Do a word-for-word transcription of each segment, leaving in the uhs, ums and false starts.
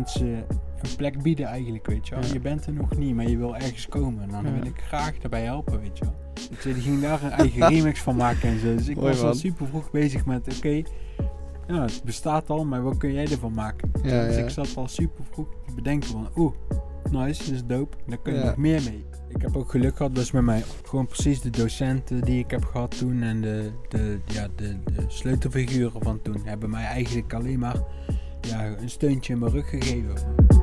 mensen een plek bieden eigenlijk, weet je wel. Ja. Je bent er nog niet, maar je wil ergens komen. Nou, dan Ja. wil ik graag daarbij helpen, weet je wel. Dus die ging daar een eigen remix van maken en zo. Dus ik Mooi, was al man. super vroeg bezig met, oké, okay, ja, het bestaat al, maar wat kun jij ervan maken? Ja, dus ja. ik zat al super vroeg te bedenken van, oeh, nice, dat is dope. Daar kun je Ja. nog meer mee. Ik heb ook geluk gehad, dus met mij gewoon precies de docenten die ik heb gehad toen en de, de, ja, de, de sleutelfiguren van toen hebben mij eigenlijk alleen maar ja, een steuntje in mijn rug gegeven.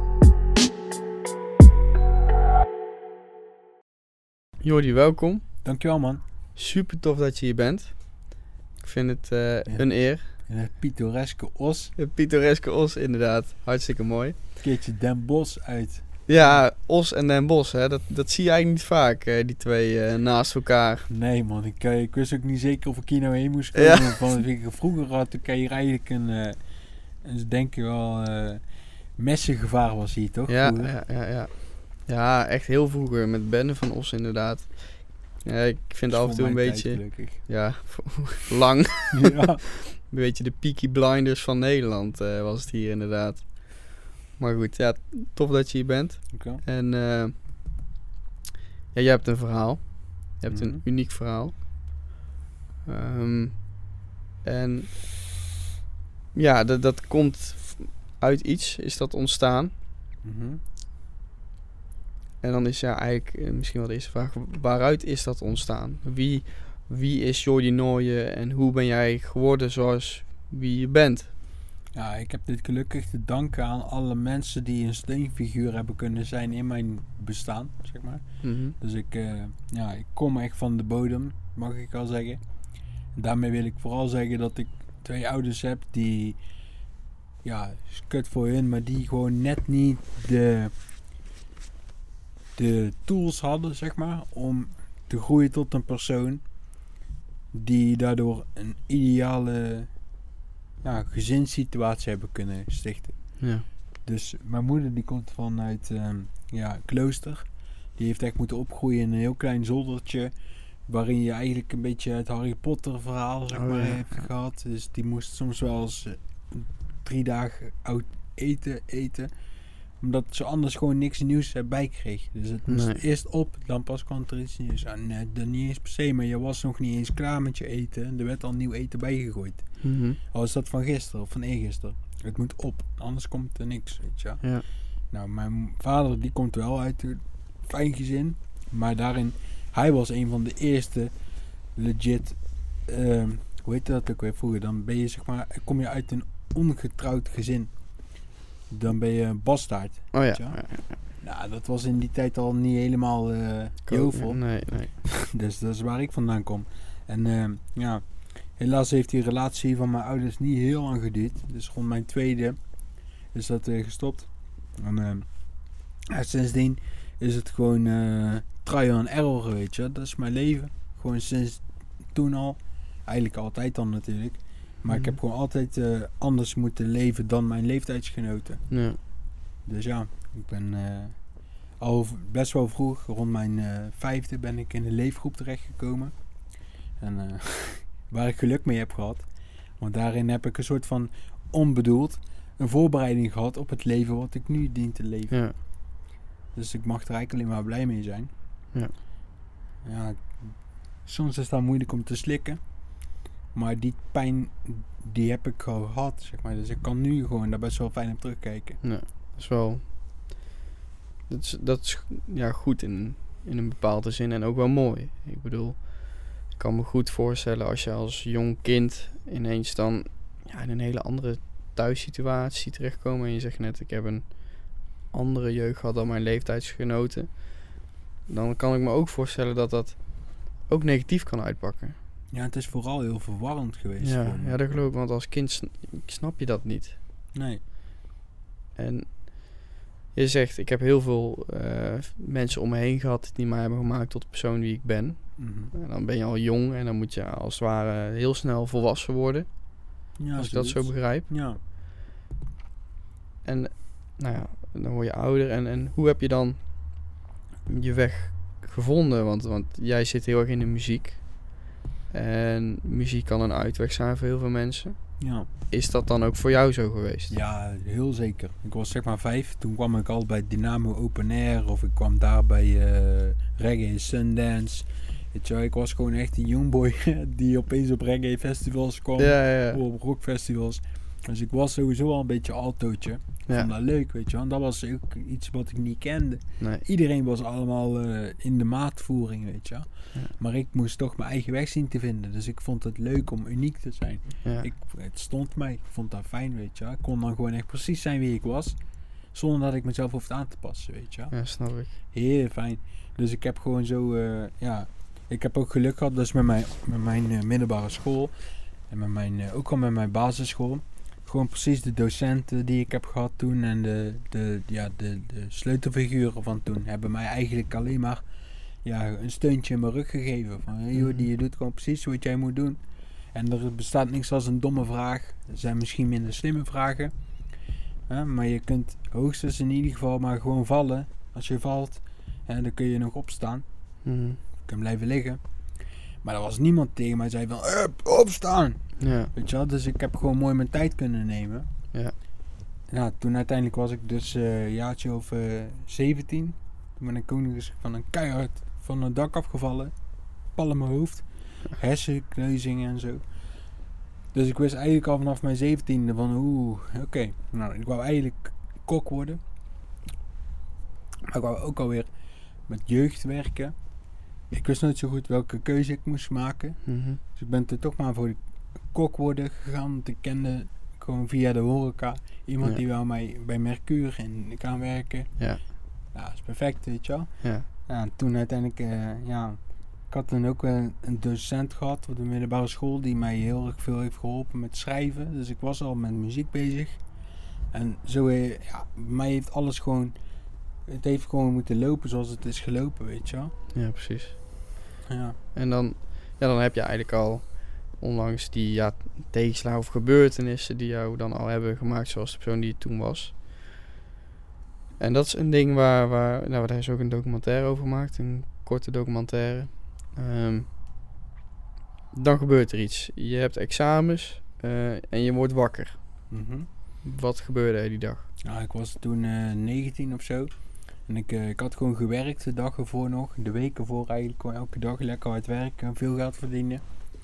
Jordi, welkom. Dankjewel, man. Super tof dat je hier bent. Ik vind het uh, ja. een eer. Een pittoreske os. Een pittoreske os, inderdaad. Hartstikke mooi. Een keertje Den Bosch uit. Ja, Os en Den Bosch, hè. Dat, dat zie je eigenlijk niet vaak, uh, die twee uh, naast elkaar. Nee, man. Ik, ik wist ook niet zeker of ik hier nou heen moest komen. Ja. Van, ik vroeger had ik hier eigenlijk een, uh, een denk ik wel, uh, messengevaar was hier, toch? Ja, ja, ja, ja. Ja, echt heel vroeger met Bende van Os, inderdaad. Ja, ik vind het af en toe een beetje... Gelukkig. Ja, lang. Ja. Een beetje de Peaky Blinders van Nederland uh, was het hier, inderdaad. Maar goed, ja, tof dat je hier bent. Okay. En uh, ja, jij hebt een verhaal. Je hebt mm-hmm. een uniek verhaal. Um, en ja, dat, dat komt uit iets, is dat ontstaan. Mm-hmm. En dan is ja eigenlijk misschien wel de eerste vraag, waaruit is dat ontstaan? Wie, wie is Jordi Nooijen en hoe ben jij geworden zoals wie je bent? Ja, ik heb dit gelukkig te danken aan alle mensen die een steunfiguur hebben kunnen zijn in mijn bestaan, zeg maar. Mm-hmm. Dus ik, uh, ja, ik kom echt van de bodem, mag ik al zeggen. En daarmee wil ik vooral zeggen dat ik twee ouders heb die, ja, is kut voor hun, maar die gewoon net niet de, de tools hadden, zeg maar, om te groeien tot een persoon die daardoor een ideale... Ja, gezinssituatie hebben kunnen stichten. Ja. Dus mijn moeder die komt vanuit um, ja, klooster. Die heeft echt moeten opgroeien in een heel klein zoldertje. Waarin je eigenlijk een beetje het Harry Potter verhaal zeg oh, maar, ja. heeft gehad. Dus die moest soms wel eens uh, drie dagen oud eten eten. Omdat ze anders gewoon niks nieuws erbij kreeg. Dus het moest nee. eerst op, dan pas kwam er iets nieuws. En nee, dat niet eens per se, maar je was nog niet eens klaar met je eten. Er werd al nieuw eten bijgegooid. Mm-hmm. Al is dat van gisteren of van eergisteren. Het moet op, anders komt er niks, weet je. Ja. Nou, mijn vader die komt wel uit een fijn gezin. Maar daarin, hij was een van de eerste legit, um, hoe heet dat ook weer vroeger? Dan ben je zeg maar, kom je uit een ongetrouwd gezin. Dan ben je een bastaard. Oh ja. Weet je? ja, ja. Nou, dat was in die tijd al niet helemaal uh, jovel. Nee, nee. Dus dat is waar ik vandaan kom. En uh, ja... Helaas heeft die relatie van mijn ouders niet heel lang geduurd. Dus rond mijn tweede is dat uh, gestopt. En uh, sindsdien is het gewoon uh, trial and error, weet je. Dat is mijn leven. Gewoon sinds toen al. Eigenlijk altijd dan natuurlijk. Maar mm-hmm. ik heb gewoon altijd uh, anders moeten leven dan mijn leeftijdsgenoten. Ja. Dus ja, ik ben uh, al best wel vroeg, rond mijn uh, vijfde, ben ik in de leefgroep terechtgekomen. En... Uh, waar ik geluk mee heb gehad. Want daarin heb ik een soort van onbedoeld een voorbereiding gehad op het leven wat ik nu dien te leven. Ja. Dus ik mag er eigenlijk alleen maar blij mee zijn. Ja. Ja, soms is dat moeilijk om te slikken. Maar die pijn, die heb ik gehad, zeg maar. Dus ik kan nu gewoon daar best wel fijn op terugkijken. Ja, dat is wel... Dat is, dat is ja, goed in, in een bepaalde zin en ook wel mooi. Ik bedoel... Ik kan me goed voorstellen als je als jong kind ineens dan ja, in een hele andere thuissituatie terechtkomt. En je zegt net, ik heb een andere jeugd gehad dan mijn leeftijdsgenoten. Dan kan ik me ook voorstellen dat dat ook negatief kan uitpakken. Ja, het is vooral heel verwarrend geweest. Ja, ja dat geloof ik. Want als kind sn- snap je dat niet. Nee. En je zegt, ik heb heel veel uh, mensen om me heen gehad die mij hebben gemaakt tot de persoon wie ik ben. Mm-hmm. En dan ben je al jong en dan moet je als het ware heel snel volwassen worden. Ja, als ik dat zo begrijp. Ja. En nou ja, dan word je ouder. En, en hoe heb je dan je weg gevonden? Want, want jij zit heel erg in de muziek. En muziek kan een uitweg zijn voor heel veel mensen. Ja. Is dat dan ook voor jou zo geweest? Ja, heel zeker. Ik was zeg maar vijf. Toen kwam ik al bij Dynamo Open Air. Of ik kwam daar bij uh, Reggae Sundance. Weet je wel, ik was gewoon echt een jongboy die opeens op reggae festivals kwam. Ja, ja, ja. Op rockfestivals. Dus ik was sowieso al een beetje altootje. Ik Ja. vond dat leuk, weet je wel. En dat was ook iets wat ik niet kende. Nee. Iedereen was allemaal uh, in de maatvoering, weet je wel. Ja. Maar ik moest toch mijn eigen weg zien te vinden. Dus ik vond het leuk om uniek te zijn. Ja. Ik, het stond mij. Ik vond dat fijn, weet je wel. Ik kon dan gewoon echt precies zijn wie ik was. Zonder dat ik mezelf hoefde aan te passen, weet je wel. Ja, snap ik. Heel fijn. Dus ik heb gewoon zo, uh, ja... Ik heb ook geluk gehad, dus met mijn, met mijn uh, middelbare school. En met mijn, uh, ook al met mijn basisschool. Gewoon precies de docenten die ik heb gehad toen. En de, de, ja, de, de sleutelfiguren van toen. Hebben mij eigenlijk alleen maar... Ja, een steuntje in mijn rug gegeven. Van, hey, joh, die, je doet gewoon precies wat jij moet doen. En er bestaat niks als een domme vraag. Er zijn misschien minder slimme vragen. Hè, maar je kunt hoogstens in ieder geval maar gewoon vallen. Als je valt, hè, dan kun je nog opstaan. Mm. Je kunt blijven liggen. Maar er was niemand tegen mij die zei van, Hup, opstaan! Ja. Weet je wel, dus ik heb gewoon mooi mijn tijd kunnen nemen. Ja. Ja, toen uiteindelijk was ik dus uh, een jaartje of uh, zeventien. Toen ben ik ook nog eens van een keihard van het dak afgevallen. Pal in mijn hoofd. Hersenkneuzingen en zo. Dus ik wist eigenlijk al vanaf mijn zeventiende van oeh, oké. Okay. Nou, ik wou eigenlijk kok worden. Maar ik wou ook alweer met jeugd werken. Ik wist nooit zo goed welke keuze ik moest maken. Mm-hmm. Dus ik ben er toch maar voor de kok worden gegaan. Want ik kende gewoon via de horeca iemand Ja. die wou mij bij Mercure in kan werken. Ja. Ja, dat is perfect, weet je wel. Ja. Ja, en toen uiteindelijk, uh, ja, ik had dan ook een, een docent gehad op de middelbare school die mij heel erg veel heeft geholpen met schrijven. Dus ik was al met muziek bezig. En zo, uh, ja, bij mij heeft alles gewoon, het heeft gewoon moeten lopen zoals het is gelopen, weet je wel. Ja, precies. Ja. En dan, ja, dan heb je eigenlijk al, ondanks die ja, tegenslagen of gebeurtenissen die jou dan al hebben gemaakt zoals de persoon die je toen was. En dat is een ding waar, waar nou, daar is ook een documentaire over gemaakt, een korte documentaire. Um, dan gebeurt er iets. Je hebt examens uh, en je wordt wakker. Mm-hmm. Wat gebeurde er die dag? Nou, ik was toen uh, negentien of zo. En ik, uh, ik had gewoon gewerkt de dag ervoor nog. De weken voor eigenlijk gewoon elke dag lekker hard werken en veel geld verdienen.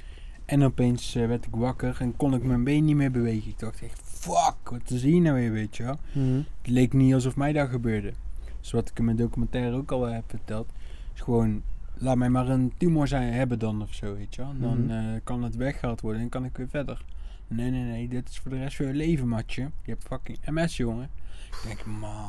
En opeens uh, werd ik wakker en kon ik mijn been niet meer bewegen. Ik dacht echt, fuck, wat te zien nou weer, weet je wel. Mm-hmm. Het leek niet alsof mij dat gebeurde. Dus wat ik in mijn documentaire ook al heb verteld, is gewoon, laat mij maar een tumor zijn hebben dan of zo, weet je wel. Dan Mm-hmm. uh, kan het weggehaald worden en kan ik weer verder. Nee, nee, nee, dit is voor de rest van je leven, matje. Je hebt fucking M S, jongen. Ik denk,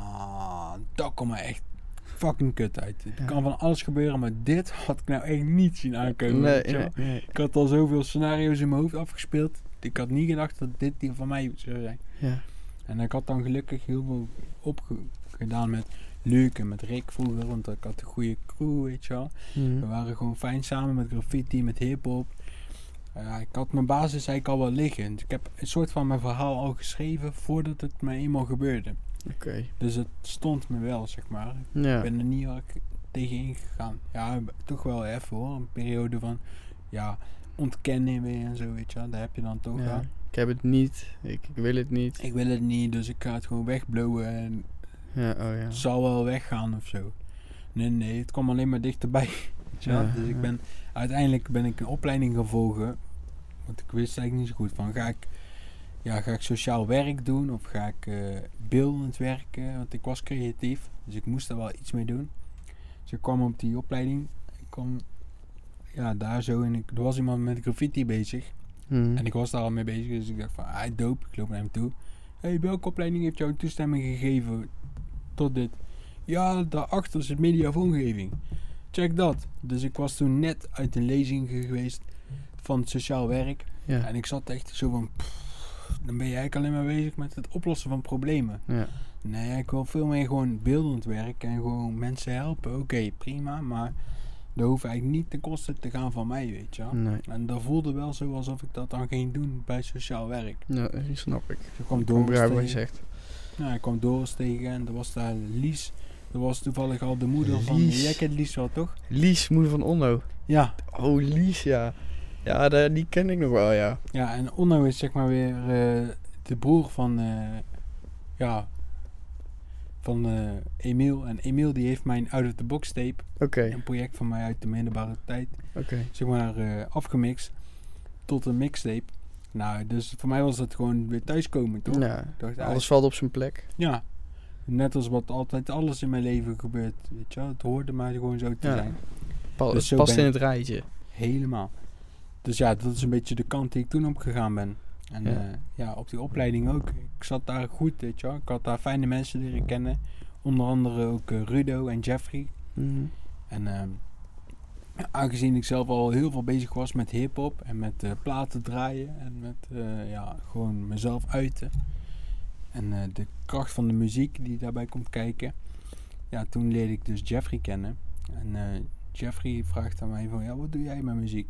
man, dat komt me echt fucking kut uit. Het Ja. kan van alles gebeuren, maar dit had ik nou echt niet zien aankomen. Nee, weet je wel. nee, nee. Ik had al zoveel scenario's in mijn hoofd afgespeeld. Ik had niet gedacht dat dit die van mij zou zijn. Ja. En ik had dan gelukkig heel veel opgedaan met Luc en met Rick vroeger. Want ik had een goede crew, weet je wel. Mm-hmm. We waren gewoon fijn samen met graffiti, met hiphop. Uh, ik had mijn basis eigenlijk al wel liggen. Dus ik heb een soort van mijn verhaal al geschreven voordat het me eenmaal gebeurde. Oké. Okay. Dus het stond me wel, zeg maar. Ja. Ik ben er niet erg tegen ingegaan. Ja, toch wel even hoor. Een periode van, ja, ontkennen weer en zo, weet je wel. Daar heb je dan toch Ja. aan. Ik heb het niet. Ik, ik wil het niet. Ik wil het niet, dus ik ga het gewoon wegblowen en Ja, oh ja. het zal wel weggaan of zo. Nee, nee, het kwam alleen maar dichterbij. Weet je wel. Ja, Dus ik ja. ben, uiteindelijk ben ik een opleiding gaan volgen. Want ik wist eigenlijk niet zo goed van, ga ik, ja, ga ik sociaal werk doen of ga ik uh, beeldend werken? Want ik was creatief, dus ik moest er wel iets mee doen. Dus ik kwam op die opleiding. Ik kwam, ja, daar zo en ik, er was iemand met graffiti bezig. Mm-hmm. En ik was daar al mee bezig, dus ik dacht van, ah, dope. Ik loop naar hem toe. Hé, hey, welke opleiding heeft jou toestemming gegeven tot dit? Ja, daarachter is het mediavormgeving. Check dat. Dus ik was toen net uit een lezing geweest van het sociaal werk. Ja. En ik zat echt zo van, pff, dan ben je eigenlijk alleen maar bezig met het oplossen van problemen. Ja. Nee, ik wil veel meer gewoon beeldend werken en gewoon mensen helpen. Oké, okay, prima, maar dat hoeft eigenlijk niet ten koste te gaan van mij, weet je wel. Nee. En dat voelde wel zo alsof ik dat dan ging doen bij sociaal werk. Ja, dat snap ik. Dus ik kwam Ik Doris begrijp wat je tegen. zegt. Ja, ik kwam Doris tegen en er was daar Lies. Dat was toevallig al de moeder van... Lies. Jij kent Lies wel, toch? Lies, moeder van Onno. Ja. Oh, Lies, ja. Ja, de, die ken ik nog wel, ja. Ja, en Onno is zeg maar weer uh, de broer van, uh, ja, van uh, Emiel. En Emiel die heeft mijn Out of the Box tape, okay. een project van mij uit de middelbare tijd, okay. zeg maar uh, afgemixt tot een mixtape. Nou, dus voor mij was dat gewoon weer thuiskomen, toch? Ja, dacht, alles ah, valt op zijn plek. Ja, net als wat altijd alles in mijn leven gebeurt, weet je wel. Het hoorde maar gewoon zo te ja. zijn. Pa- dus het past in het rijtje. Helemaal. Dus ja, dat is een beetje de kant die ik toen opgegaan ben. En ja, uh, ja op die opleiding ook. Ik zat daar goed, weet je wel. Ik had daar fijne mensen leren kennen. Onder andere ook uh, Rudo en Jeffrey. Mm-hmm. En uh, ja, aangezien ik zelf al heel veel bezig was met hiphop en met uh, platen draaien en met uh, ja, gewoon mezelf uiten. En uh, de kracht van de muziek die daarbij komt kijken. Ja, toen leerde ik dus Jeffrey kennen. En uh, Jeffrey vraagt aan mij van, ja, wat doe jij met muziek?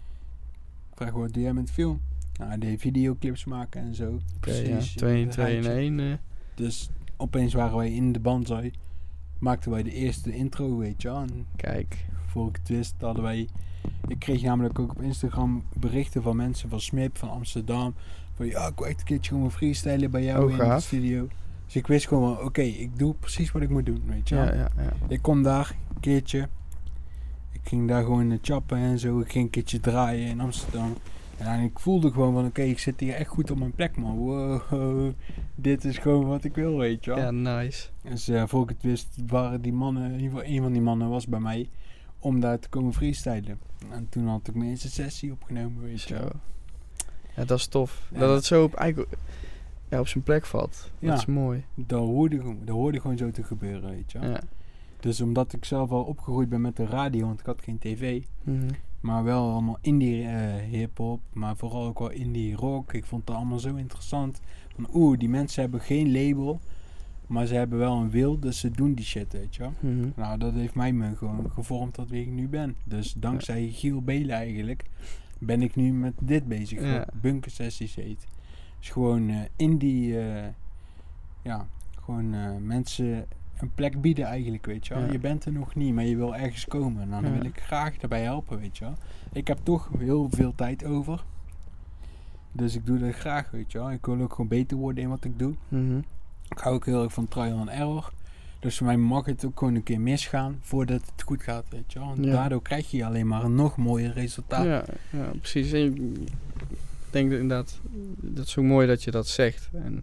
Ik vraag, wat doe jij met film? Nou, hij deed videoclips maken en zo. Okay, precies. Ja, twee, twee in één. Uh. Dus opeens waren wij in de Banzai. Maakten wij de eerste intro, weet je wel. En kijk. Voor ik het wist, hadden wij... Ik kreeg namelijk ook op Instagram berichten van mensen van Smip, van Amsterdam. Van, ja, ik wil echt een keertje gewoon freestylen bij jou oh, in gaaf. de studio. Dus ik wist gewoon, oké, okay, ik doe precies wat ik moet doen, weet je wel. Ja, ja, ja. Ik kom daar, een keertje... Ik ging daar gewoon uh, chappen en zo. Ik ging een keertje draaien in Amsterdam. En ik voelde gewoon van, oké, okay, ik zit hier echt goed op mijn plek, man. Wow, dit is gewoon wat ik wil, weet je wel. Ja, nice. Dus uh, voor ik het wist, waren die mannen, in ieder geval een van die mannen was bij mij, om daar te komen freestylen. En toen had ik mijn eerste sessie opgenomen, weet je wel. Ja, dat is tof. Ja. Dat het zo op, eigenlijk, ja, op zijn plek valt. Ja. Dat is mooi. Dat hoorde, dat hoorde gewoon zo te gebeuren, weet je wel. Ja. Dus omdat ik zelf al opgegroeid ben met de radio, want ik had geen tv... Mm-hmm. Maar wel allemaal indie uh, hip-hop, maar vooral ook wel indie rock. Ik vond het allemaal zo interessant. Van oeh, die mensen hebben geen label, maar ze hebben wel een wil, dus ze doen die shit, weet je wel. Mm-hmm. Nou, dat heeft mij me gewoon gevormd tot wie ik nu ben. Dus dankzij ja. Giel Belen eigenlijk, ben ik nu met dit bezig. Ja. Wat Bunker Sessies heet. Dus gewoon uh, indie, uh, ja, gewoon uh, mensen... een plek bieden eigenlijk, weet je wel. Ja. Je bent er nog niet, maar je wil ergens komen. Nou, dan ja. wil ik graag daarbij helpen, weet je wel. Ik heb toch heel veel tijd over. Dus ik doe dat graag, weet je wel. Ik wil ook gewoon beter worden in wat ik doe. Mm-hmm. Ik hou ook heel erg van trial and error. Dus voor mij mag het ook gewoon een keer misgaan voordat het goed gaat, weet je wel. En ja. daardoor krijg je alleen maar een nog mooier resultaat. Ja, ja precies. En ik denk dat inderdaad, dat is zo mooi dat je dat zegt. En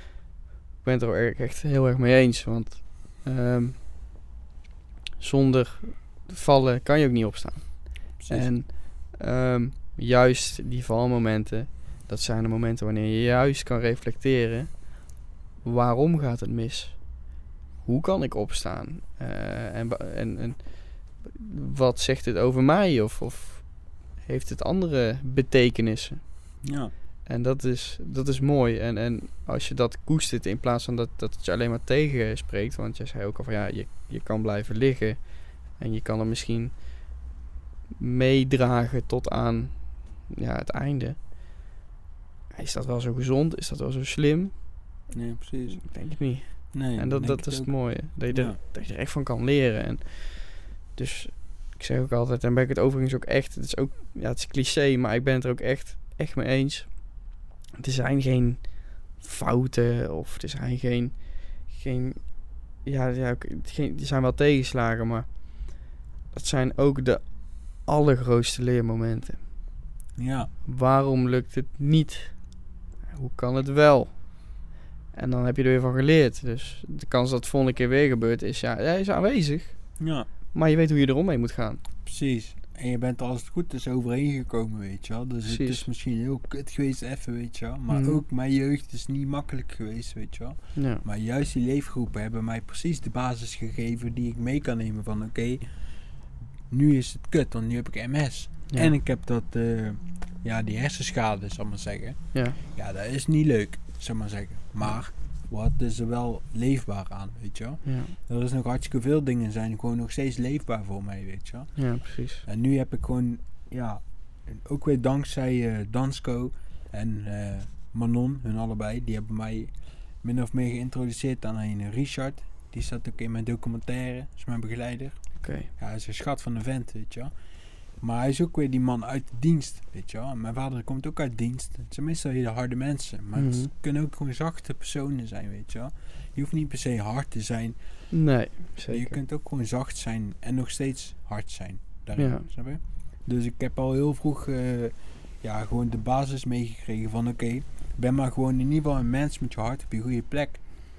ik ben het er echt heel erg mee eens, want Um, zonder vallen kan je ook niet opstaan. Precies. En um, juist die valmomenten, dat zijn de momenten wanneer je juist kan reflecteren. Waarom gaat het mis? Hoe kan ik opstaan? Uh, en, en, en wat zegt het over mij? Of, of heeft het andere betekenissen? Ja. En dat is, dat is mooi. En, en als je dat koestert in plaats van dat, dat het je alleen maar tegenspreekt. Want jij zei ook al van ja, je, je kan blijven liggen. En je kan er misschien meedragen tot aan ja, het einde. Is dat wel zo gezond? Is dat wel zo slim? Nee, precies. Ik denk het niet. Nee, en dat, dat is het mooie. Dat je, ja. er, dat je er echt van kan leren. En dus ik zeg ook altijd, en ben ik het overigens ook echt. Het is ook, ja, het is cliché, maar ik ben het er ook echt, echt mee eens. Er zijn geen fouten of er zijn geen, geen ja, ja geen, er zijn wel tegenslagen, maar dat zijn ook de allergrootste leermomenten. Ja. Waarom lukt het niet? Hoe kan het wel? En dan heb je er weer van geleerd. Dus de kans dat het volgende keer weer gebeurt is, ja, ja is aanwezig. Ja. Maar je weet hoe je erom mee moet gaan. Precies. En je bent er als het goed is overheen gekomen, weet je wel. Dus Precies. het is misschien heel kut geweest even, weet je wel. Maar mm. ook mijn jeugd is niet makkelijk geweest, weet je wel. Ja. Maar juist die leefgroepen hebben mij precies de basis gegeven die ik mee kan nemen van oké, okay, nu is het kut, want nu heb ik M S. Ja. En ik heb dat, uh, ja, die hersenschade, zal ik maar zeggen. Ja. Ja, dat is niet leuk, zal ik maar zeggen. Maar wat is er wel leefbaar aan, weet je wel. Ja. Er is nog hartstikke veel dingen zijn gewoon nog steeds leefbaar voor mij, weet je wel. Ja, precies. En nu heb ik gewoon, ja, ook weer dankzij uh, Dansco en uh, Manon, hun allebei, die hebben mij min of meer geïntroduceerd aan een Richard. Die staat ook in mijn documentaire, is mijn begeleider. Oké. Okay. Ja, hij is een schat van een vent, weet je wel. Maar hij is ook weer die man uit de dienst, weet je wel. En mijn vader komt ook uit dienst. Het zijn meestal hele harde mensen. Maar Mhm. het kunnen ook gewoon zachte personen zijn, weet je wel. Je hoeft niet per se hard te zijn. Nee, Je zeker. kunt ook gewoon zacht zijn en nog steeds hard zijn. Daarin, Ja. snap je? Dus ik heb al heel vroeg uh, ja, gewoon de basis meegekregen van oké, okay, ben maar gewoon in ieder geval een mens met je hart op je goede plek.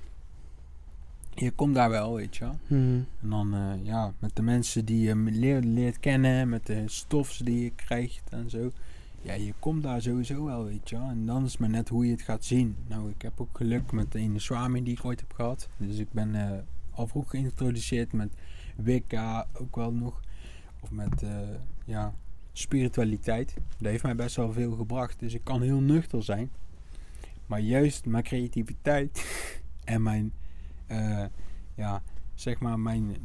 Je komt daar wel, weet je wel. Mhm. En dan uh, ja, met de mensen die je leert, leert kennen, met de stofs die je krijgt en zo. Ja, je komt daar sowieso wel, weet je wel. En dan is het maar net hoe je het gaat zien. Nou, ik heb ook geluk met de ene Swami die ik ooit heb gehad. Dus ik ben uh, al vroeg geïntroduceerd met Wicca ook wel nog. Of met, uh, ja, spiritualiteit. Dat heeft mij best wel veel gebracht. Dus ik kan heel nuchter zijn. Maar juist mijn creativiteit en mijn, uh, ja, zeg maar, mijn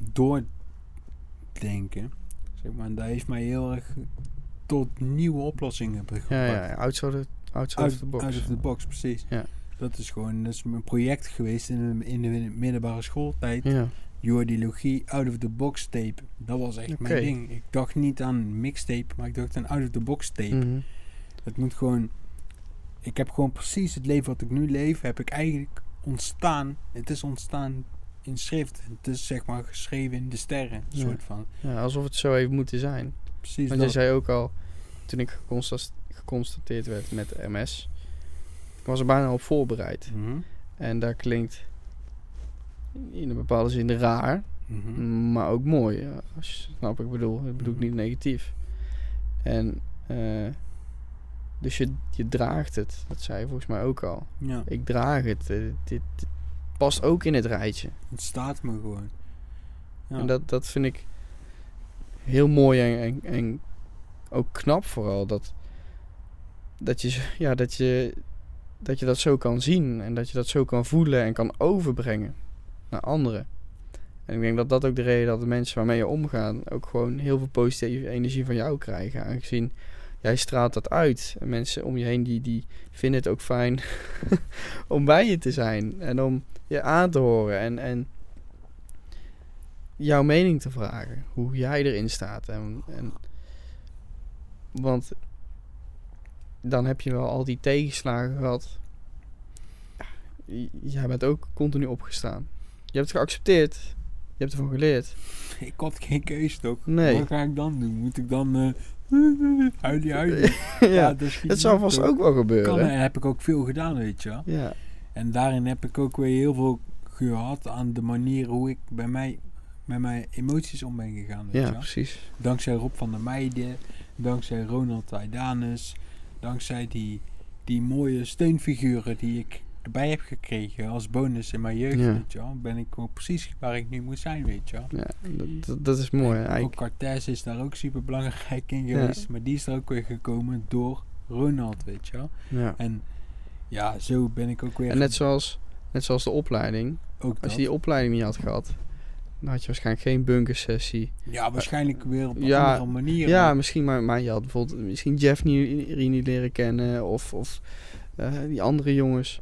doordenken, zeg maar, dat heeft mij heel erg tot nieuwe oplossingen gebracht. Ja, ja, outside, outside Out, of the box. Out of the box, precies. Ja. Dat is gewoon, dat is mijn project geweest in de, in de middelbare schooltijd. Ja. Jordilogie, out of the box tape. Dat was echt Okay. mijn ding. Ik dacht niet aan mixtape, maar ik dacht aan out of the box tape. Mhm. Het moet gewoon, ik heb gewoon precies het leven wat ik nu leef, heb ik eigenlijk ontstaan. Het is ontstaan in schrift. Het is zeg maar geschreven in de sterren. Een Ja. soort van. Ja, alsof het zo heeft moeten zijn. Precies Want je dat. zei ook al, toen ik geconsta- geconstateerd werd met M S, ik was er bijna op voorbereid. Mhm. En daar klinkt in een bepaalde zin raar, Mhm. maar ook mooi. Ja, als je snapt wat ik bedoel. Dat bedoel ik niet negatief. En uh, dus je, je draagt het. Dat zei je volgens mij ook al. Ja, Ik draag het. Uh, dit, dit past ook in het rijtje. het staat me gewoon. Ja. En dat, dat vind ik heel mooi en, en, en ook knap vooral. Dat, dat, je, ja, dat, je, dat je dat zo kan zien. En dat je dat zo kan voelen en kan overbrengen naar anderen. En ik denk dat dat ook de reden dat de mensen waarmee je omgaan ook gewoon heel veel positieve energie van jou krijgen. Aangezien jij straalt dat uit. En mensen om je heen die, die vinden het ook fijn om bij je te zijn. En om je aan te horen. En, en jouw mening te vragen. Hoe jij erin staat. En, en, want dan heb je wel al die tegenslagen gehad. Ja, j- jij bent ook continu opgestaan. Je hebt het geaccepteerd. Je hebt ervan geleerd. Ik had geen keus toch? Nee. Wat ga ik dan doen? Moet ik dan uh, huilie huilie? Ja, dat, schiet dat zou niet vast op. ook wel gebeuren. Kan, hè? en heb ik ook veel gedaan, weet je wel. Ja. En daarin heb ik ook weer heel veel gehad aan de manier hoe ik bij mij met mijn emoties om ben gegaan, weet Ja, je wel. precies. Dankzij Rob van der Meijden, dankzij Ronald Taidanus, dankzij die, die mooie steunfiguren die ik erbij heb gekregen als bonus in mijn jeugd, Ja. weet je wel, ben ik gewoon precies waar ik nu moet zijn, weet je wel. Ja, dat, dat, dat is mooi. Hè? Ook Eigenlijk. Cortez is daar ook super belangrijk in Ja. geweest, maar die is er ook weer gekomen door Ronald, weet je wel. Ja. En ja, zo ben ik ook weer... En net zoals, net zoals de opleiding. ook Als dat. je die opleiding niet had gehad, dan had je waarschijnlijk geen bunkersessie. Ja, waarschijnlijk weer op een Ja, andere manier. Ja, maar- misschien, maar, maar je had bijvoorbeeld misschien Jeff niet, niet leren kennen of, of uh, die andere jongens.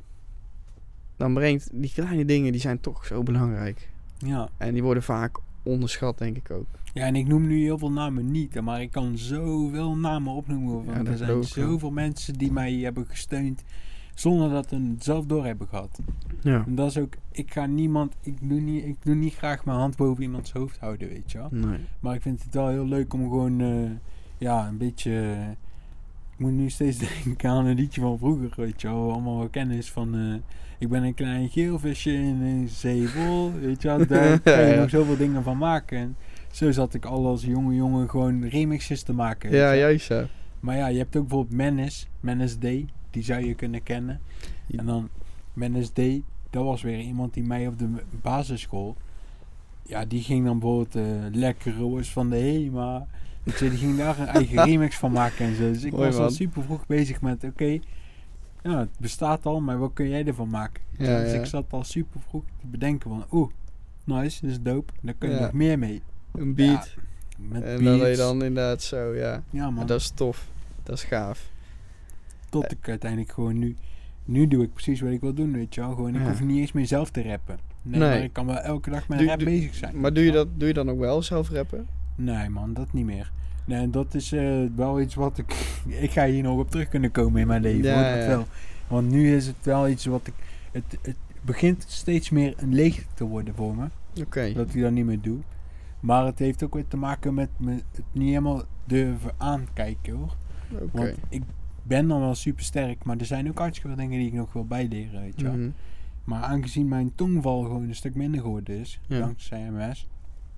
Dan brengt die kleine dingen, die zijn toch zo belangrijk. ja. En die worden vaak onderschat, denk ik ook. ja, en ik noem nu heel veel namen niet, maar ik kan zoveel namen opnoemen. Want Ja, dat er zijn geloof ik wel. zoveel mensen die mij hebben gesteund zonder dat ze het zelf door hebben gehad. Ja. En dat is ook, ik ga niemand, ik doe niet, ik doe niet graag mijn hand boven iemands hoofd houden, weet je wel. Nee. Maar ik vind het wel heel leuk om gewoon, uh, ja, een beetje... Uh, ik moet nu steeds denken aan een liedje van vroeger, weet je wel. Allemaal wel kennis van... Uh, ik ben een klein geel visje in een zee vol, weet je wel. Daar kan je Ja, ja. nog zoveel dingen van maken. En zo zat ik al als jonge jongen gewoon remixes te maken. weet Ja, je wel. juist zo. Maar ja, je hebt ook bijvoorbeeld Menace, Menace D. Die zou je kunnen kennen. Ja. En dan Menace D, dat was weer iemand die mij op de basisschool... Ja, die ging dan bijvoorbeeld uh, Lekkere was van de Hema. Dus die ging daar een eigen remix van maken en zo. Dus ik Mooi, was al man. super vroeg bezig met, oké, okay, ja, het bestaat al, maar wat kun jij ervan maken? Ja, dus ja. ik zat al super vroeg te bedenken van, oeh, nice, dat is dope. Daar kun je Ja. nog meer mee. Een beat. Ja, met en dan beats. je dan inderdaad zo, ja. Ja, man. Ja, dat is tof. Dat is gaaf. Tot ik uiteindelijk gewoon nu... Nu doe ik precies wat ik wil doen, weet je wel. Gewoon, ik Ja. hoef niet eens meer zelf te rappen. Nee, Nee. maar ik kan wel elke dag met Doe- rap doe- bezig zijn. Maar doe je dat, doe je dan ook wel zelf rappen? Nee, man, dat niet meer. Nee, en dat is uh, wel iets wat ik... ik ga hier nog op terug kunnen komen in mijn leven. Ja, hoor, ja. dat wel. Want nu is het wel iets wat ik... Het, het begint steeds meer een leegte te worden voor me. Oké. Okay. Dat ik dat niet meer doe. Maar het heeft ook weer te maken met me het niet helemaal durven aankijken, hoor. Oké. Okay. Want ik ben dan wel super sterk, maar er zijn ook hartstikke veel dingen die ik nog wil bijleren, weet je wel. Mm-hmm. Maar aangezien mijn tongval gewoon een stuk minder geworden is, ja. dankzij M S,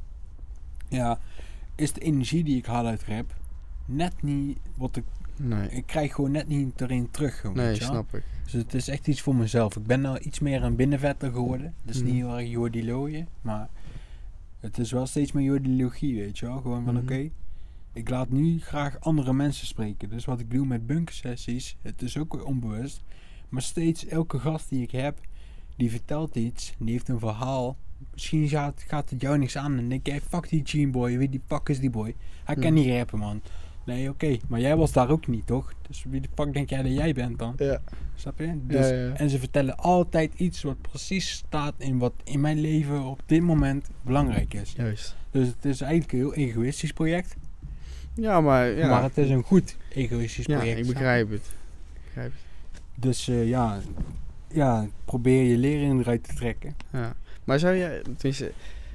ja, is de energie die ik haal uit rap net niet wat ik... Nee. Ik krijg gewoon net niet erin terug. Gewoon, nee, weet je wel? snap ik. Dus het is echt iets voor mezelf. Ik ben nou iets meer een binnenvetter geworden. Dus mm. niet heel erg Jordi Looien, maar het is wel steeds meer Jordilogie, weet je wel. Gewoon van mm-hmm. oké, okay, ik laat nu graag andere mensen spreken. Dus wat ik doe met bunkersessies, het is ook weer onbewust. Maar steeds elke gast die ik heb, die vertelt iets, die heeft een verhaal. Misschien gaat, gaat het jou niks aan en denk jij, fuck die Gene Boy, wie die fuck is die boy? Hij mm. kan niet rappen, man. Nee, oké, okay. Maar jij was daar ook niet, toch? Dus wie de fuck denk jij dat jij bent dan? Ja. Snap je? Dus, ja, ja. En ze vertellen altijd iets wat precies staat in wat in mijn leven op dit moment belangrijk is. Juist. Dus het is eigenlijk een heel egoïstisch project. Ja, maar... Ja. Maar het is een goed egoïstisch ja, project. ik begrijp het. Ik begrijp het. Dus uh, ja, ja, probeer je lering eruit te trekken. Ja. Maar zou je, tenminste,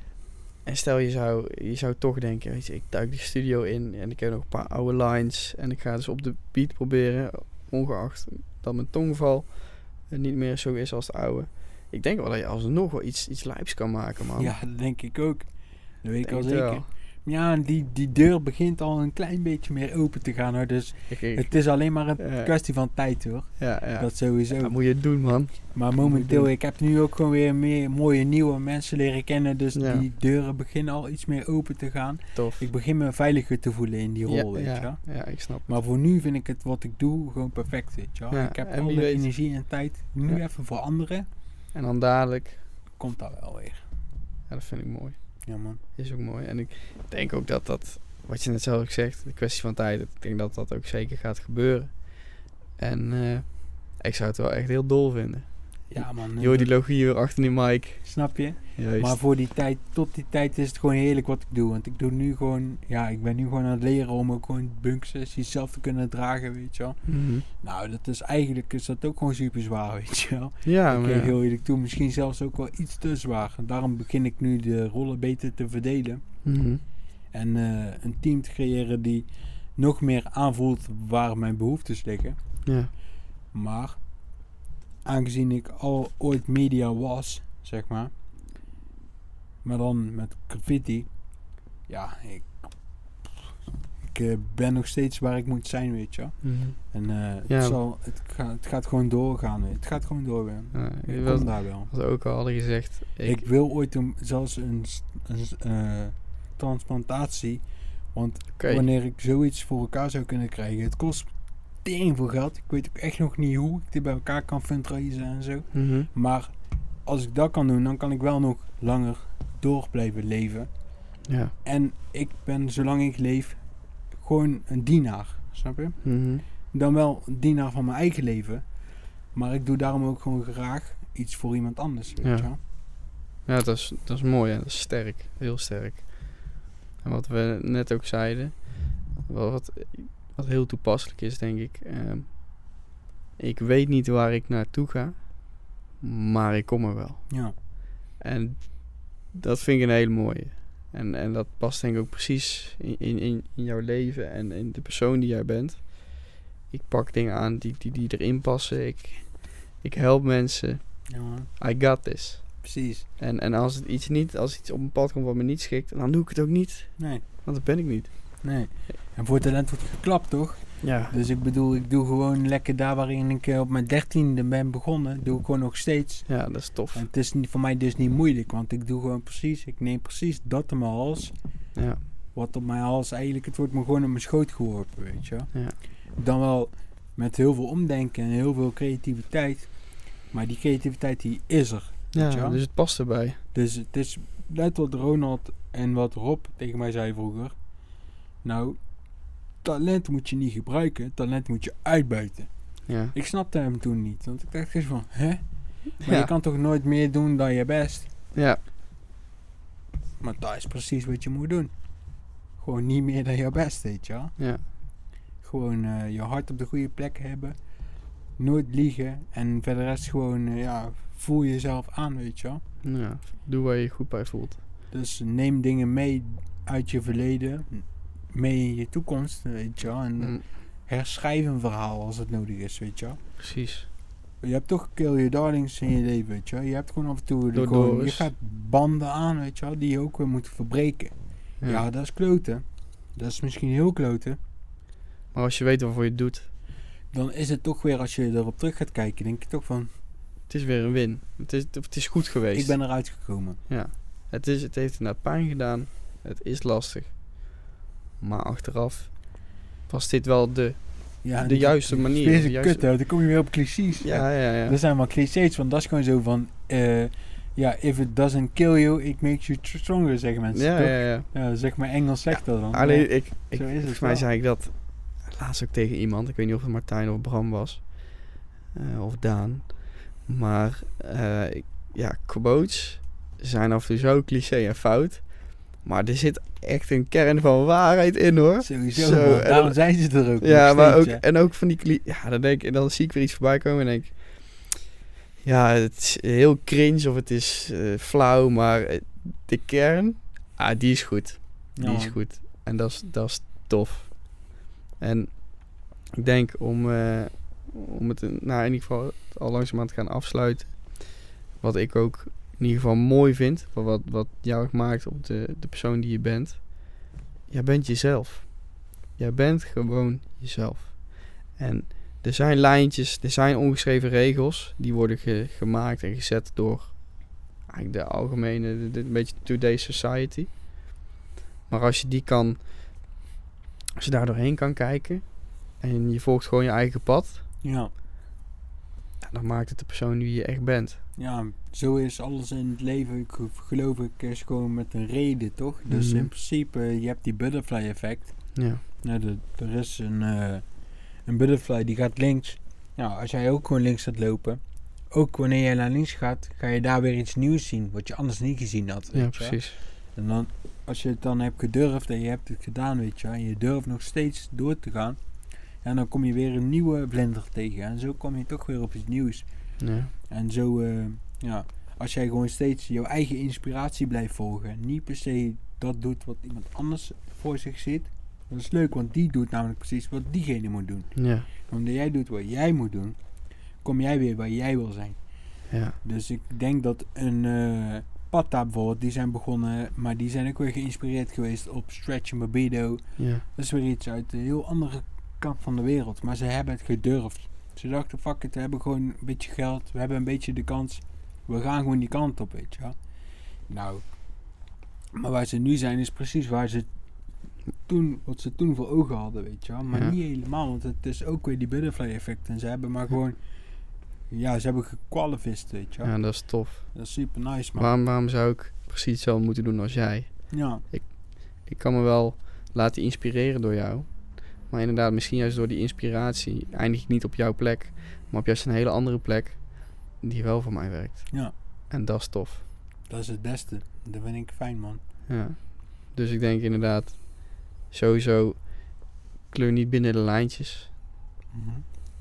en stel je zou, je zou toch denken, weet je, ik duik die studio in en ik heb nog een paar oude lines en ik ga dus op de beat proberen, ongeacht dat mijn tongval niet meer zo is als de oude. Ik denk wel dat je alsnog wel iets, iets lijps kan maken, man. Ja, dat denk ik ook. Dat weet ik al zeker. Wel. Ja, die, die deur begint al een klein beetje meer open te gaan, hoor. Dus ik, ik, het is alleen maar een ja. kwestie van tijd, hoor. Ja, ja. Dat sowieso. Dat moet je doen, man. Maar momenteel, ik heb nu ook gewoon weer meer mooie nieuwe mensen leren kennen. Dus ja. die deuren beginnen al iets meer open te gaan. Tof. Ik begin me veiliger te voelen in die rol, ja, weet ja, je wel. Ja, ik snap het. Maar voor nu vind ik het wat ik doe gewoon perfect, weet je wel. Ja, ik heb en alle weet... energie en tijd nu ja. even voor anderen. En dan dadelijk... Komt dat wel weer. Ja, dat vind ik mooi. Ja, man. Is ook mooi. En ik denk ook dat dat, wat je net zelf ook zegt, de kwestie van tijd, ik denk dat dat ook zeker gaat gebeuren. En uh, ik zou het wel echt heel dol vinden. Ja, man. Joh, die logie weer achter die mic. Snap je? Juist. Maar voor die tijd, tot die tijd is het gewoon heerlijk wat ik doe. Want ik doe nu gewoon, ja, ik ben nu gewoon aan het leren om ook gewoon bunksessies zelf te kunnen dragen, weet je wel. Mm-hmm. Nou, dat is eigenlijk, is dat ook gewoon super zwaar, weet je wel. Ja, ik maar ja. heel eerlijk toe, misschien zelfs ook wel iets te zwaar. En daarom begin ik nu de rollen beter te verdelen. Mm-hmm. En uh, een team te creëren die nog meer aanvoelt waar mijn behoeftes liggen. Ja. Maar aangezien ik al ooit media was, zeg maar, maar dan met graffiti, ja, ik, ik uh, ben nog steeds waar ik moet zijn, weet je. Mm-hmm. En uh, ja, het, zal, het, ga, het gaat gewoon doorgaan, weet. Het gaat gewoon door, ja, ik was, kom daar wel. Wat we ook al hadden gezegd. Ik, ik wil ooit een, zelfs een, een uh, transplantatie, want okay. wanneer ik zoiets voor elkaar zou kunnen krijgen, het kost tering veel geld. Ik weet ook echt nog niet hoe ik dit bij elkaar kan fundraisen en zo. Mm-hmm. Maar als ik dat kan doen, dan kan ik wel nog langer door blijven leven. Ja. En ik ben, zolang ik leef, gewoon een dienaar. Snap je? Mm-hmm. Dan wel een dienaar van mijn eigen leven. Maar ik doe daarom ook gewoon graag iets voor iemand anders. Weet ja. je wel? Ja, dat is, dat is mooi. Hè? Dat is sterk. Heel sterk. En wat we net ook zeiden, wat, wat heel toepasselijk is, denk ik. Uh, ik weet niet waar ik naartoe ga, maar ik kom er wel. Ja. En dat vind ik een hele mooie. En, en dat past denk ik ook precies in, in, in jouw leven en in de persoon die jij bent. Ik pak dingen aan die, die, die erin passen. Ik, ik help mensen. Ja, man. I got this. Precies. En, en als het iets niet, als iets op een pad komt wat me niet schikt, dan doe ik het ook niet. Nee. Want dat ben ik niet. Nee. En voor talent wordt geklapt, toch? Ja. Dus ik bedoel, ik doe gewoon lekker daar waarin ik op mijn dertiende ben begonnen, doe ik gewoon nog steeds. Ja, dat is tof. En het is niet, voor mij dus niet moeilijk, want ik doe gewoon precies, ik neem precies dat in mijn hals. Ja. Wat op mijn hals eigenlijk, het wordt me gewoon op mijn schoot geworpen, weet je. Ja. Dan wel met heel veel omdenken en heel veel creativiteit. Maar die creativiteit die is er. Ja, dus het past erbij. Dus het is net wat Ronald en wat Rob tegen mij zei vroeger. Nou, talent moet je niet gebruiken, talent moet je uitbuiten. Ja. Ik snapte hem toen niet, want ik dacht eens van, hè? Maar ja. je kan toch nooit meer doen dan je best? Ja. Maar dat is precies wat je moet doen. gewoon niet meer dan jouw best, weet je wel. Ja. Gewoon uh, je hart op de goede plek hebben. Nooit liegen. En verder rest gewoon, uh, ja, voel jezelf aan, weet je wel. Ja, doe waar je je goed bij voelt. Dus neem dingen mee uit je verleden. Mee in je toekomst, weet je wel. En mm. herschrijf een verhaal als het nodig is, weet je wel. Precies. Je hebt toch kill your darlings in je leven, weet je wel. Je hebt gewoon af en toe... De gewoon, je gaat banden aan, weet je wel, die je ook weer moet verbreken. Ja, ja dat is kloten. Dat is misschien heel kloten. Maar als je weet waarvoor je het doet... Dan is het toch weer, als je erop terug gaat kijken, denk je toch van... Het is weer een win. Het is, het is goed geweest. Ik ben eruit gekomen. Ja. Het, is, het heeft inderdaad pijn gedaan. Het is lastig. Maar achteraf was dit wel de, ja, de juiste manier. Deze juiste... kut, hè. Dan kom je weer op clichés. Ja, ja, ja. Dat zijn wel clichés, want dat is gewoon zo van... Uh, ja, if it doesn't kill you, it makes you stronger, zeggen mensen. Ja, toch? ja, ja. Ja, zeg maar Engels zegt dat dan. Ja, alleen, ik, ik, zo is het volgens mij wel. zei ik dat laatst ook tegen iemand. Ik weet niet of het Martijn of Bram was. Uh, of Daan. Maar uh, ik, ja, quotes zijn af en toe zo cliché en fout. Maar er zit echt een kern van waarheid in, hoor. Sowieso, zo, daarom en, zijn ze er ook. Ja, maar steeds, ook, ja. en ook van die cli- ja, dan denk ik, dan zie ik weer iets voorbij komen en denk ja, het is heel cringe of het is uh, flauw, maar de kern, ah, die is goed. Die ja, is goed. En dat is, dat is tof. En ik denk om, uh, om het nou, in ieder geval al langzamerhand te gaan afsluiten, wat ik ook in ieder geval mooi vind, wat, wat jou ook maakt op de, de persoon die je bent. Jij bent jezelf. Jij bent gewoon jezelf. En er zijn lijntjes, er zijn ongeschreven regels, die worden ge, gemaakt en gezet door eigenlijk de algemene, de, de, een beetje today's society. Maar als je die kan, als je daar doorheen kan kijken en je volgt gewoon je eigen pad, ja. Ja, dan maakt het de persoon die je echt bent. Ja, zo is alles in het leven, ik geloof ik, is gewoon met een reden, toch? Dus mm-hmm. in principe, je hebt die butterfly effect. Ja. Nou, de, er is een, uh, een butterfly die gaat links. Nou, als jij ook gewoon links gaat lopen, ook wanneer jij naar links gaat, ga je daar weer iets nieuws zien, wat je anders niet gezien had. Ja, weet precies. Je? En dan, als je het dan hebt gedurfd en je hebt het gedaan, weet je, en je durft nog steeds door te gaan, en dan kom je weer een nieuwe vlinder tegen. En zo kom je toch weer op iets nieuws. Ja. En zo, uh, ja, als jij gewoon steeds jouw eigen inspiratie blijft volgen, niet per se dat doet wat iemand anders voor zich ziet, dat is leuk, want die doet namelijk precies wat diegene moet doen. Ja. Omdat jij doet wat jij moet doen, kom jij weer waar jij wil zijn. Ja. Dus ik denk dat een uh, Patta bijvoorbeeld, die zijn begonnen, maar die zijn ook weer geïnspireerd geweest op Stretch en Babido. Ja. Dat is weer iets uit een heel andere kant van de wereld, maar ze hebben het gedurfd. Ze dachten, fuck it, we hebben gewoon een beetje geld, we hebben een beetje de kans, we gaan gewoon die kant op, weet je wel. Nou, maar waar ze nu zijn is precies waar ze toen, wat ze toen voor ogen hadden, weet je wel. Maar ja. niet helemaal, want het is ook weer die butterfly effect en ze hebben maar gewoon, ja, ze hebben gequalifist, weet je wel. Ja, dat is tof. Dat is super nice, man. Waarom, waarom zou ik precies hetzelfde moeten doen als jij? Ja. Ik, ik kan me wel laten inspireren door jou. Maar inderdaad, misschien juist door die inspiratie eindig ik niet op jouw plek, maar op juist een hele andere plek die wel voor mij werkt. Ja. En dat is tof. Dat is het beste. Dat vind ik fijn, man. Ja. Dus ik denk inderdaad, sowieso kleur niet binnen de lijntjes. Mm-hmm.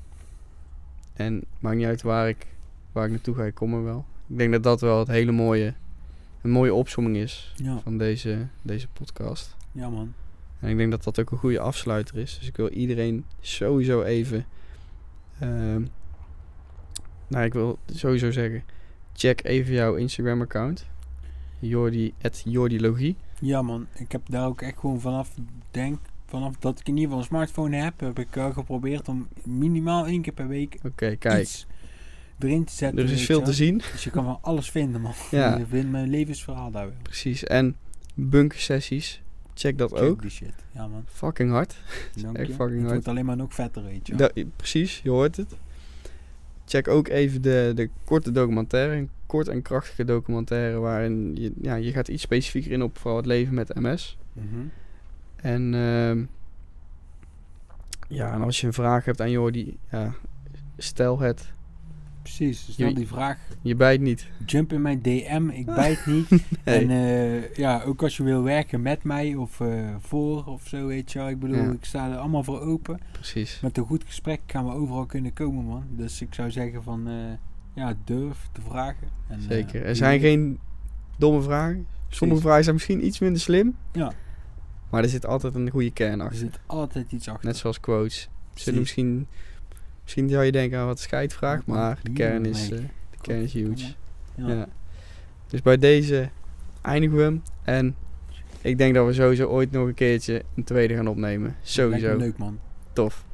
En maakt niet uit waar ik, waar ik naartoe ga, ik kom er wel. Ik denk dat dat wel het hele mooie, een mooie opsomming is ja. van deze, deze podcast. Ja, man. En ik denk dat dat ook een goede afsluiter is. Dus ik wil iedereen sowieso even... Uh, nou, ik wil sowieso zeggen... Check even jouw Instagram-account. Jordi, at Jordilogie. Ja, man. Ik heb daar ook echt gewoon vanaf... Denk, vanaf dat ik in ieder geval een smartphone heb... heb ik uh, geprobeerd om minimaal één keer per week... Oké, okay, kijk. iets erin te zetten. Er is veel je. te zien. Dus je kan van alles vinden, man. Ja. Je vindt mijn levensverhaal daar wel. Precies. En bunkersessies... Check dat Check ook. Die shit. Ja, man. Fucking hard. Dank echt je. fucking het hard. wordt alleen maar nog vetter, weet je. Da- precies, je hoort het. Check ook even de, de korte documentaire. Een kort en krachtige documentaire waarin je, ja, je gaat iets specifieker in op vooral het leven met M S. Mm-hmm. En uh, ja, en als je een vraag hebt aan Jordi, ja, stel het. Precies, stel Je- die vraag. Je bijt niet. Jump in mijn D M, ik bijt niet. Nee. En eh, ja, ook als je wil werken met mij of eh, voor of zo, weet je wel. Ik bedoel, Ja. ik sta er allemaal voor open. Precies. Met een goed gesprek gaan we overal kunnen komen, man. Dus ik zou zeggen van, eh, ja, durf te vragen. En, eh, Zeker. Er wie zijn weet- geen domme vragen. Sommige Precies. vragen zijn misschien iets minder slim. Ja. Maar er zit altijd een goede kern Er achter. zit altijd iets achter. Net zoals quotes. Zullen Precies. misschien, misschien zou je denken aan wat scheidvraag, maar de kern is, Nee. eh, de kern is huge. Ja. Ja. Dus bij deze eindigen we hem. En ik denk dat we sowieso ooit nog een keertje een tweede gaan opnemen. Lijkt me Sowieso. leuk, man. Tof.